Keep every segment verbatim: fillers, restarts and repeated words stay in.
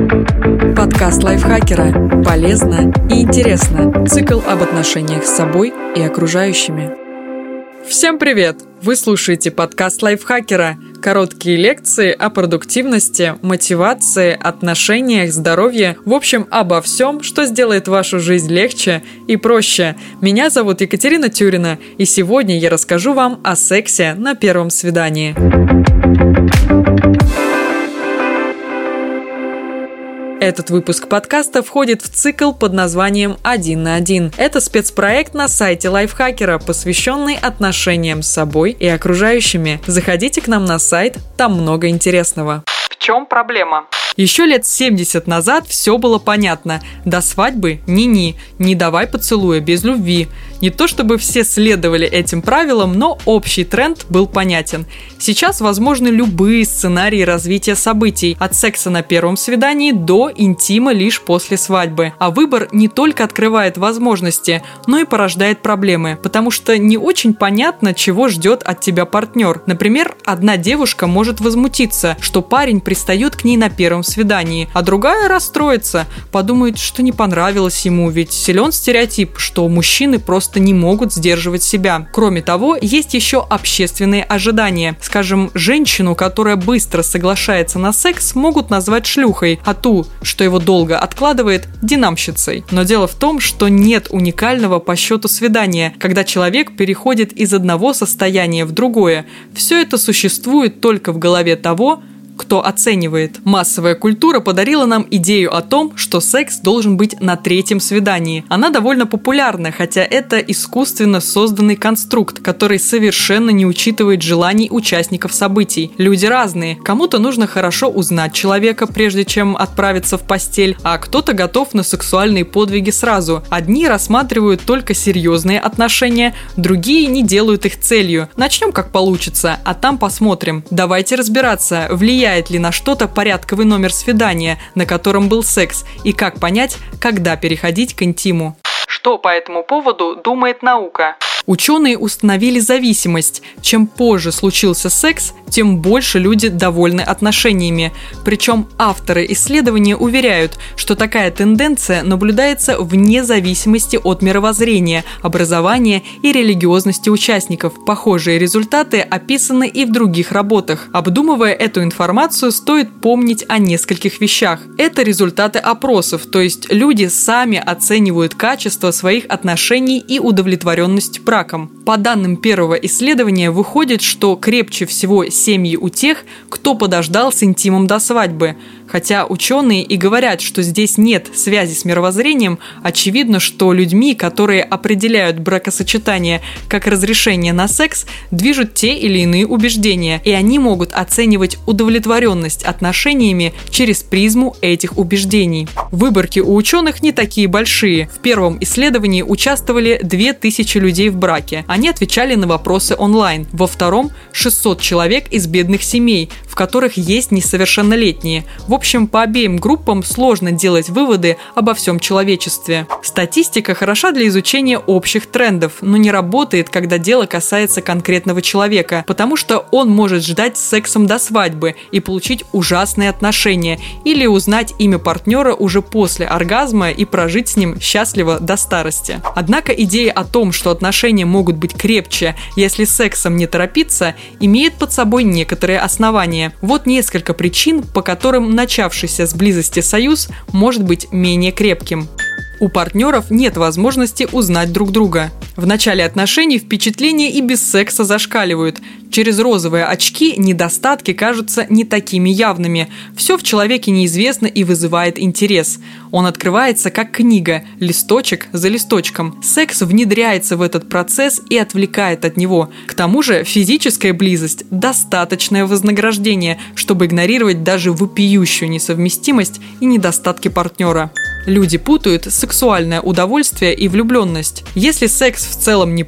Подкаст лайфхакера. Полезно и интересно. Цикл об отношениях с собой и окружающими. Всем привет! Вы слушаете подкаст лайфхакера. Короткие лекции о продуктивности, мотивации, отношениях, здоровье. В общем, обо всем, что сделает вашу жизнь легче и проще. Меня зовут Екатерина Тюрина, и сегодня я расскажу вам о сексе на первом свидании. Этот выпуск подкаста входит в цикл под названием «Один на один». Это спецпроект на сайте лайфхакера, посвященный отношениям с собой и окружающими. Заходите к нам на сайт, там много интересного. В чем проблема? Еще лет семьдесят назад все было понятно. До свадьбы ни-ни, не давай поцелуя без любви. Не то чтобы все следовали этим правилам, но общий тренд был понятен. Сейчас возможны любые сценарии развития событий, от секса на первом свидании до интима лишь после свадьбы. А выбор не только открывает возможности, но и порождает проблемы, потому что не очень понятно, чего ждет от тебя партнер. Например, одна девушка может возмутиться, что парень пристает к ней на первом свидании, а другая расстроится, подумает, что не понравилось ему, ведь силен стереотип, что мужчины просто не могут сдерживать себя. Кроме того, есть еще общественные ожидания. Скажем, женщину, которая быстро соглашается на секс, могут назвать шлюхой, а ту, что его долго откладывает, динамщицей. Но дело в том, что нет уникального по счету свидания, когда человек переходит из одного состояния в другое. Все это существует только в голове того, кто оценивает. Массовая культура подарила нам идею о том, что секс должен быть на третьем свидании. Она довольно популярна, хотя это искусственно созданный конструкт, который совершенно не учитывает желаний участников событий. Люди разные. Кому-то нужно хорошо узнать человека, прежде чем отправиться в постель, а кто-то готов на сексуальные подвиги сразу. Одни рассматривают только серьезные отношения, другие не делают их целью. Начнем как получится, а там посмотрим. Давайте разбираться, влияет ли на что-то порядковый номер свидания, на котором был секс, и как понять, когда переходить к интиму. Что по этому поводу думает наука? Ученые установили зависимость. Чем позже случился секс, тем больше люди довольны отношениями. Причем авторы исследования уверяют, что такая тенденция наблюдается вне зависимости от мировоззрения, образования и религиозности участников. Похожие результаты описаны и в других работах. Обдумывая эту информацию, стоит помнить о нескольких вещах. Это результаты опросов, то есть люди сами оценивают качество своих отношений и удовлетворенность браком. По данным первого исследования, выходит, что крепче всего семьи у тех, кто подождал с интимом до свадьбы. Хотя ученые и говорят, что здесь нет связи с мировоззрением, очевидно, что людьми, которые определяют бракосочетание как разрешение на секс, движут те или иные убеждения, и они могут оценивать удовлетворенность отношениями через призму этих убеждений. Выборки у ученых не такие большие. В первом исследовании участвовали две тысячи людей в браке. Они отвечали на вопросы онлайн. Во втором – шестьсот человек из бедных семей, в которых есть несовершеннолетние. В общем, по обеим группам сложно делать выводы обо всем человечестве. Статистика хороша для изучения общих трендов, но не работает, когда дело касается конкретного человека, потому что он может ждать с сексом до свадьбы и получить ужасные отношения, или узнать имя партнера уже после оргазма и прожить с ним счастливо до старости. Однако идея о том, что отношения могут быть крепче, если сексом не торопиться, имеет под собой некоторые основания. Вот несколько причин, по которым начавшийся с близости союз может быть менее крепким. У партнеров нет возможности узнать друг друга. В начале отношений впечатления и без секса зашкаливают. Через розовые очки недостатки кажутся не такими явными. Все в человеке неизвестно и вызывает интерес. Он открывается как книга, листочек за листочком. Секс внедряется в этот процесс и отвлекает от него. К тому же физическая близость – достаточное вознаграждение, чтобы игнорировать даже вопиющую несовместимость и недостатки партнера. Люди путают сексуальное удовольствие и влюбленность. Если секс в целом неплох,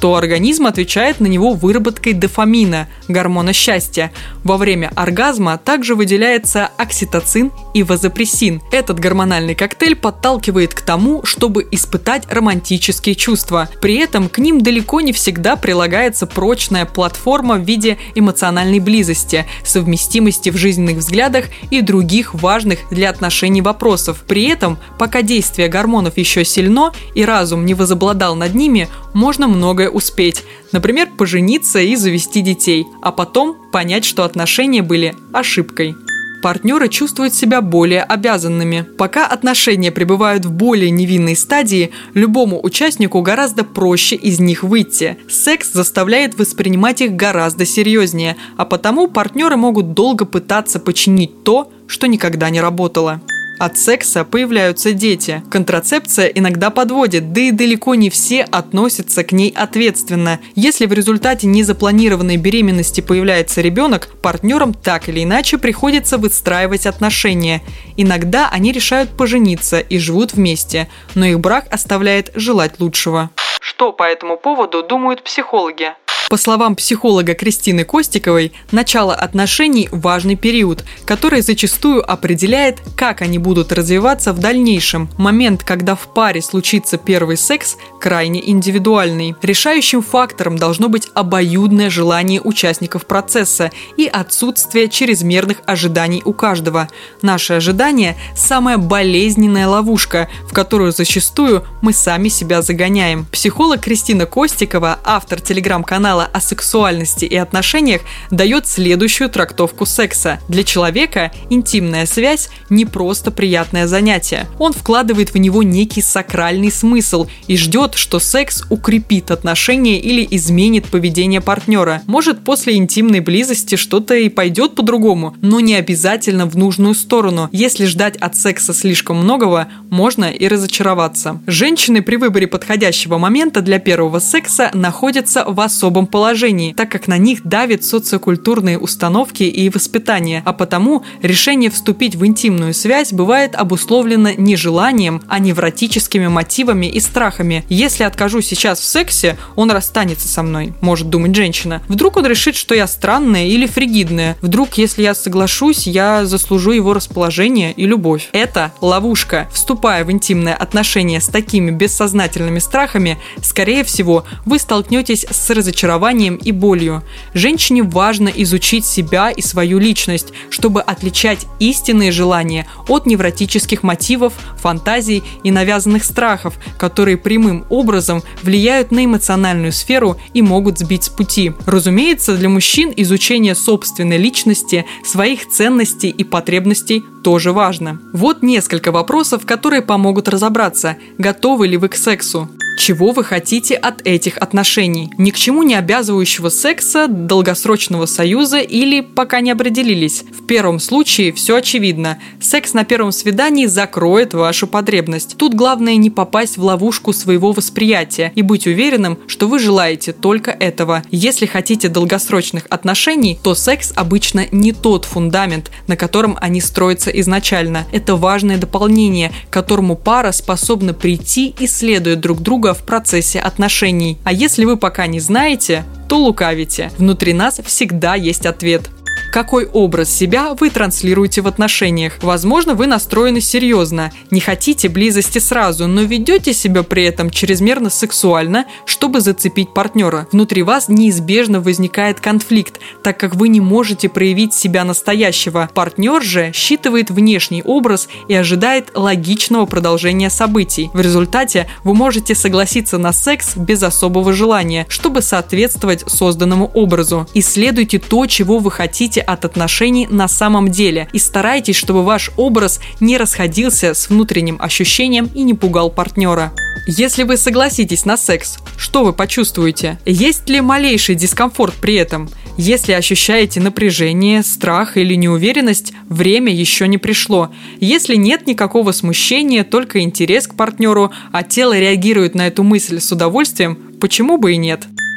то организм отвечает на него выработкой дофамина, гормона счастья. Во время оргазма также выделяется окситоцин и вазопрессин. Этот гормональный коктейль подталкивает к тому, чтобы испытать романтические чувства. При этом к ним далеко не всегда прилагается прочная платформа в виде эмоциональной близости, совместимости в жизненных взглядах и других важных для отношений вопросов. При этом, пока действие гормонов еще сильно и разум не возобладал над ними, можно многое успеть. Например, пожениться и завести детей, а потом понять, что отношения были ошибкой. Партнеры чувствуют себя более обязанными. Пока отношения пребывают в более невинной стадии, любому участнику гораздо проще из них выйти. Секс заставляет воспринимать их гораздо серьезнее, а потому партнеры могут долго пытаться починить то, что никогда не работало. От секса появляются дети. Контрацепция иногда подводит, да и далеко не все относятся к ней ответственно. Если в результате незапланированной беременности появляется ребенок, партнерам так или иначе приходится выстраивать отношения. Иногда они решают пожениться и живут вместе, но их брак оставляет желать лучшего. Что по этому поводу думают психологи? По словам психолога Кристины Костиковой, начало отношений – важный период, который зачастую определяет, как они будут развиваться в дальнейшем. Момент, когда в паре случится первый секс, крайне индивидуальный. Решающим фактором должно быть обоюдное желание участников процесса и отсутствие чрезмерных ожиданий у каждого. Наше ожидание – самая болезненная ловушка, в которую зачастую мы сами себя загоняем. Психолог Кристина Костикова, автор телеграм-канала о сексуальности и отношениях, дает следующую трактовку секса. Для человека интимная связь не просто приятное занятие. Он вкладывает в него некий сакральный смысл и ждет, что секс укрепит отношения или изменит поведение партнера. Может, после интимной близости что-то и пойдет по-другому, но не обязательно в нужную сторону. Если ждать от секса слишком многого, можно и разочароваться. Женщины при выборе подходящего момента для первого секса находятся в особом положении, так как на них давят социокультурные установки и воспитание, а потому решение вступить в интимную связь бывает обусловлено не желанием, а невротическими мотивами и страхами. Если откажу сейчас в сексе, он расстанется со мной, может думать женщина. Вдруг он решит, что я странная или фригидная. Вдруг, если я соглашусь, я заслужу его расположение и любовь. Это ловушка. Вступая в интимное отношение с такими бессознательными страхами, скорее всего, вы столкнетесь с разочарованием и болью. Женщине важно изучить себя и свою личность, чтобы отличать истинные желания от невротических мотивов, фантазий и навязанных страхов, которые прямым образом влияют на эмоциональную сферу и могут сбить с пути. Разумеется, для мужчин изучение собственной личности, своих ценностей и потребностей тоже важно. Вот несколько вопросов, которые помогут разобраться, готовы ли вы к сексу. Чего вы хотите от этих отношений? Ни к чему не обязывающего секса, долгосрочного союза или пока не определились. В первом случае все очевидно. Секс на первом свидании закроет вашу потребность. Тут главное не попасть в ловушку своего восприятия и быть уверенным, что вы желаете только этого. Если хотите долгосрочных отношений, то секс обычно не тот фундамент, на котором они строятся изначально. Это важное дополнение, к которому пара способна прийти, исследуя друг друга в процессе отношений. А если вы пока не знаете, то лукавите. Внутри нас всегда есть ответ. Какой образ себя вы транслируете в отношениях? Возможно, вы настроены серьезно, не хотите близости сразу, но ведете себя при этом чрезмерно сексуально, чтобы зацепить партнера. Внутри вас неизбежно возникает конфликт, так как вы не можете проявить себя настоящего. Партнер же считывает внешний образ и ожидает логичного продолжения событий. В результате вы можете согласиться на секс без особого желания, чтобы соответствовать созданному образу. Исследуйте то, чего вы хотите от отношений на самом деле, и старайтесь, чтобы ваш образ не расходился с внутренним ощущением и не пугал партнера. Если вы согласитесь на секс, что вы почувствуете? Есть ли малейший дискомфорт при этом? Если ощущаете напряжение, страх или неуверенность, время еще не пришло. Если нет никакого смущения, только интерес к партнеру, а тело реагирует на эту мысль с удовольствием, почему бы и нет?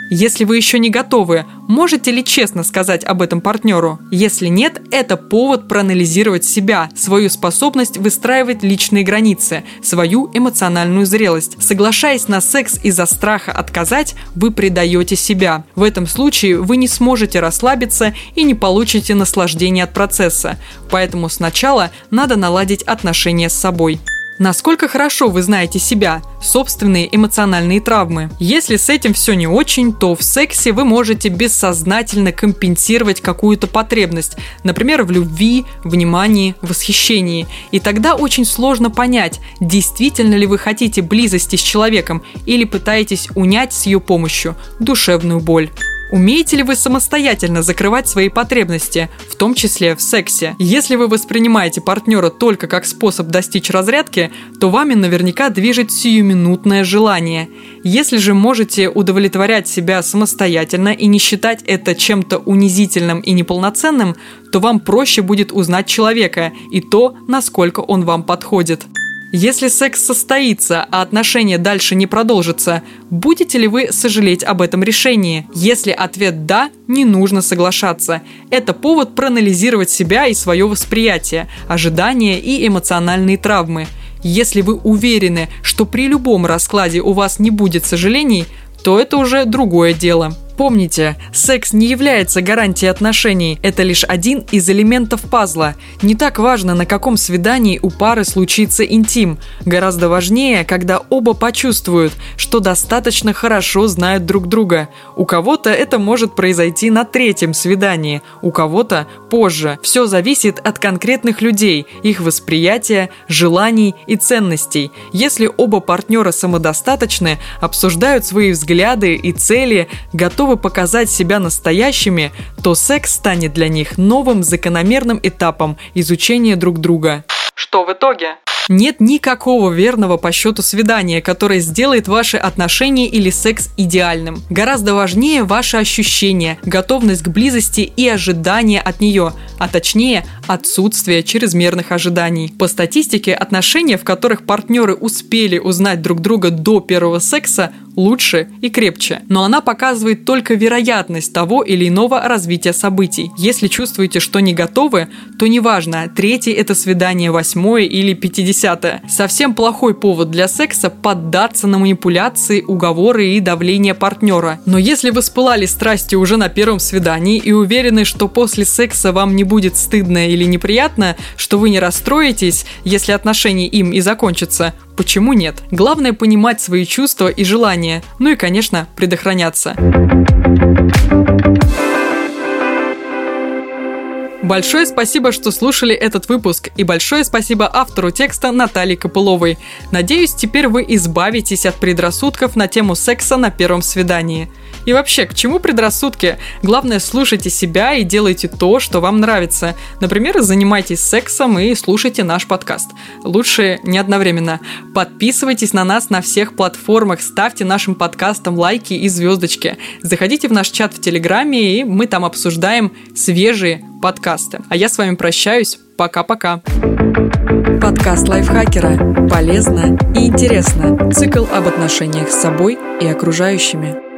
Если вы еще не готовы, можете ли честно сказать об этом партнеру? Если нет, это повод проанализировать себя, свою способность выстраивать личные границы, свою эмоциональную зрелость. Соглашаясь на секс из-за страха отказать, вы предаете себя. В этом случае вы не сможете расслабиться и не получите наслаждения от процесса. Поэтому сначала надо наладить отношения с собой. Насколько хорошо вы знаете себя, собственные эмоциональные травмы? Если с этим все не очень, то в сексе вы можете бессознательно компенсировать какую-то потребность, например, в любви, внимании, восхищении. И тогда очень сложно понять, действительно ли вы хотите близости с человеком или пытаетесь унять с ее помощью душевную боль. Умеете ли вы самостоятельно закрывать свои потребности, в том числе в сексе? Если вы воспринимаете партнера только как способ достичь разрядки, то вами наверняка движет сиюминутное желание. Если же можете удовлетворять себя самостоятельно и не считать это чем-то унизительным и неполноценным, то вам проще будет узнать человека и то, насколько он вам подходит. Если секс состоится, а отношения дальше не продолжатся, будете ли вы сожалеть об этом решении? Если ответ «да», не нужно соглашаться. Это повод проанализировать себя и свое восприятие, ожидания и эмоциональные травмы. Если вы уверены, что при любом раскладе у вас не будет сожалений, то это уже другое дело. Помните, секс не является гарантией отношений, это лишь один из элементов пазла. Не так важно, на каком свидании у пары случится интим. Гораздо важнее, когда оба почувствуют, что достаточно хорошо знают друг друга. У кого-то это может произойти на третьем свидании, у кого-то позже. Все зависит от конкретных людей, их восприятия, желаний и ценностей. Если оба партнера самодостаточны, обсуждают свои взгляды и цели, готовы показать себя настоящими, то секс станет для них новым закономерным этапом изучения друг друга. Что в итоге? Нет никакого верного по счету свидания, которое сделает ваши отношения или секс идеальным. Гораздо важнее ваши ощущения, готовность к близости и ожидания от нее, а точнее отсутствие чрезмерных ожиданий. По статистике, отношения, в которых партнеры успели узнать друг друга до первого секса, лучше и крепче. Но она показывает только вероятность того или иного развития событий. Если чувствуете, что не готовы, то неважно, третье это свидание, восьмое или пятидесятое. Совсем плохой повод для секса поддаться на манипуляции, уговоры и давление партнера. Но если вы воспылали страстью уже на первом свидании и уверены, что после секса вам не будет стыдно или неприятно, что вы не расстроитесь, если отношения им и закончатся, почему нет? Главное понимать свои чувства и желания, ну и, конечно, предохраняться. Большое спасибо, что слушали этот выпуск, и большое спасибо автору текста Наталье Копыловой. Надеюсь, теперь вы избавитесь от предрассудков на тему секса на первом свидании. И вообще, к чему предрассудки? Главное, слушайте себя и делайте то, что вам нравится. Например, занимайтесь сексом и слушайте наш подкаст. Лучше не одновременно. Подписывайтесь на нас на всех платформах, ставьте нашим подкастам лайки и звездочки. Заходите в наш чат в Телеграме, и мы там обсуждаем свежие подкасты. А я с вами прощаюсь. Пока-пока. Подкаст лайфхакера. Полезно и интересно. Цикл об отношениях с собой и окружающими.